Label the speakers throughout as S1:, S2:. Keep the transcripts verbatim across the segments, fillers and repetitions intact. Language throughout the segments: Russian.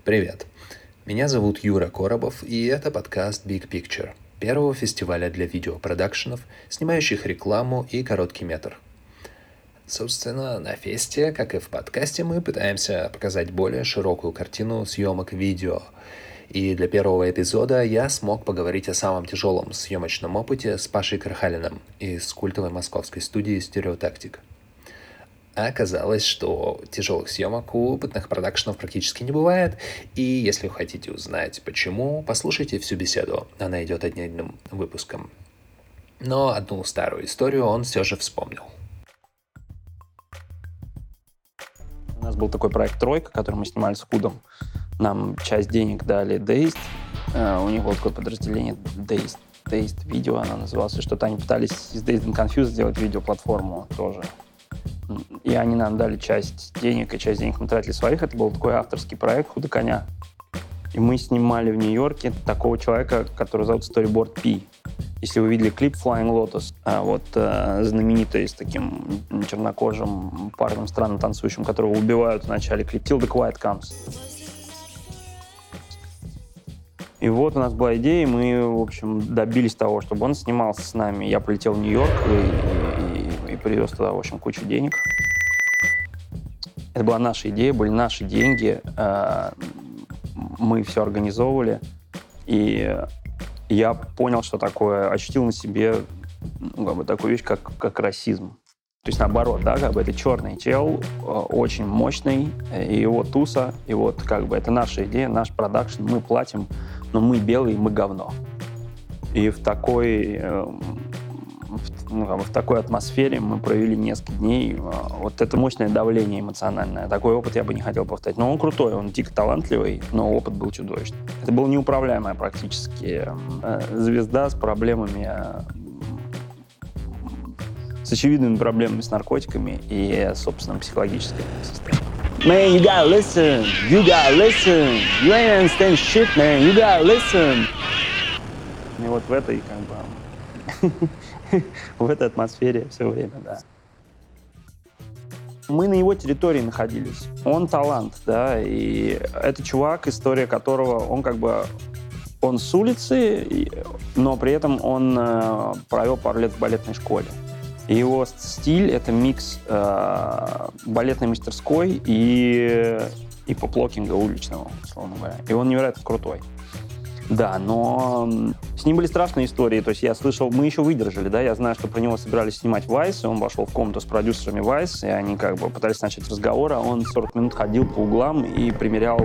S1: Привет. Меня зовут Юра Коробов, и это подкаст Big Picture, первого фестиваля для видеопродакшенов, снимающих рекламу и короткий метр. Собственно, на фесте, как и в подкасте, мы пытаемся показать более широкую картину съемок видео. И для первого эпизода я смог поговорить о самом тяжелом съемочном опыте с Пашей Крахалиным из культовой московской студии «Стереотактик». А оказалось, что тяжелых съемок у опытных продакшенов практически не бывает, и если вы хотите узнать почему, послушайте всю беседу, она идет отдельным выпуском. Но одну старую историю он все же вспомнил.
S2: У нас был такой проект «Тройка», который мы снимали с Худом. Нам часть денег дали Dazed. Uh, у них было такое подразделение Dazed. Dazed Video она называлась. И что-то они пытались из Dazed and Confused сделать видеоплатформу тоже. И они нам дали часть денег, и часть денег мы тратили своих. Это был такой авторский проект «Худо коня». И мы снимали в Нью-Йорке такого человека, который зовут Storyboard P. Если вы видели клип Flying Lotus, вот знаменитый с таким чернокожим парнем, странно танцующим, которого убивают в начале клипа «Till the Quiet Comes». И вот у нас была идея, и мы, в общем, добились того, чтобы он снимался с нами. Я полетел в Нью-Йорк и, и, и привез туда, в общем, кучу денег. Это была наша идея, были наши деньги. Мы все организовывали. И я понял, что такое, ощутил на себе, ну, как бы, такую вещь, как, как расизм. То есть наоборот, да, как бы это черный чел, очень мощный, и его туса, и вот как бы это наша идея, наш продакшн, мы платим, но мы белые, мы говно. И в такой, ну, как бы в такой атмосфере мы провели несколько дней. Вот это мощное давление эмоциональное. Такой опыт я бы не хотел повторять. Но он крутой, он дико талантливый, но опыт был чудовищный. Это была неуправляемая практически звезда с проблемами, с очевидными проблемами с наркотиками и собственным психологическим состоянием. Man, you gotta listen, you gotta listen, you ain't understand shit, man, you gotta listen. И вот в этой, как бы, в этой атмосфере все время, да. Мы на его территории находились. Он талант, да, и это чувак, история которого, он как бы, он с улицы, но при этом он э, провел пару лет в балетной школе. И его стиль — это микс э, балетной мастерской и, и поп-локинга уличного, условно говоря. И он невероятно крутой. Да, но с ним были страшные истории. То есть я слышал, мы еще выдержали, да, я знаю, что про него собирались снимать Vice, и он вошел в комнату с продюсерами Vice, и они как бы пытались начать разговор, а он сорок минут ходил по углам и примерял,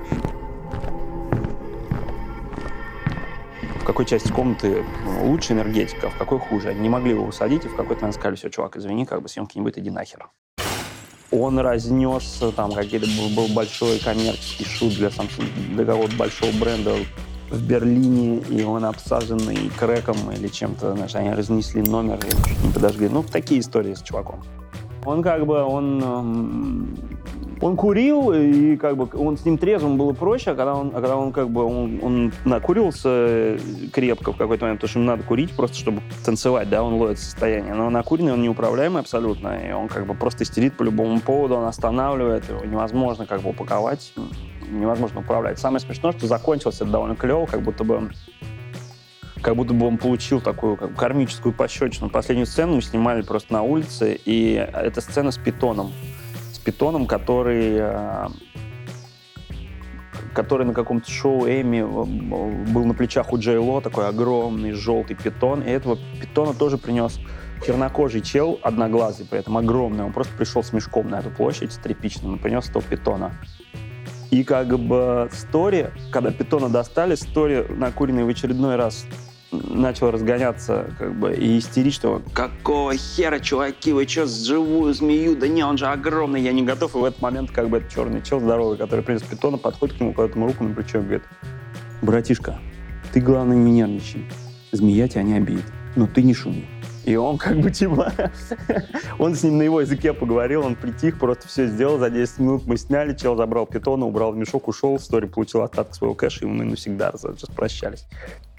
S2: в какой части комнаты лучше энергетика, в какой хуже. Они не могли его усадить, и в какой-то момент сказали: все, чувак, извини, как бы съемки не будет, иди нахер. Он разнес, там, какие-то был большой коммерческий шут для, для какого-то большого бренда в Берлине, и он обсаженный крэком или чем-то, знаешь, они разнесли номер и чуть не подожгли. Ну, такие истории с чуваком. Он как бы, он... Он курил, и как бы он с ним трезвым было проще, а когда он, а когда он как бы он, он накурился крепко в какой-то момент, потому что ему надо курить просто, чтобы танцевать, да, он ловит состояние. Но накуренный он неуправляемый абсолютно, и он как бы просто истерит по любому поводу, он останавливает, его невозможно как бы упаковать, невозможно управлять. Самое смешное, что закончилось это довольно клево, как будто бы как будто бы он получил такую как бы кармическую пощечину. Последнюю сцену мы снимали просто на улице, и эта сцена с питоном. питоном, который, который на каком-то шоу Эми был на плечах у Джей Ло, такой огромный желтый питон, и этого питона тоже принес чернокожий чел, одноглазый, при этом огромный, он просто пришел с мешком на эту площадь, с тряпичным, и принес этого питона. И как бы Стори, когда питона достали, Стори, накуренный в очередной раз, начал разгоняться, как бы, и истерить, что «Какого хера, чуваки, вы что, живую змею? Да не, он же огромный, я не готов». И в этот момент, как бы, этот черный чел здоровый, который принес питона, подходит к нему, кладет ему руку на плечо и говорит: «Братишка, ты, главное, не нервничай. Змея тебя не обидит, но ты не шуми». И он как бы типа... он с ним на его языке поговорил, он притих, просто все сделал. За десять минут мы сняли, чел забрал питона, убрал в мешок, ушел. Стори получил остаток своего кэша, и мы навсегда распрощались.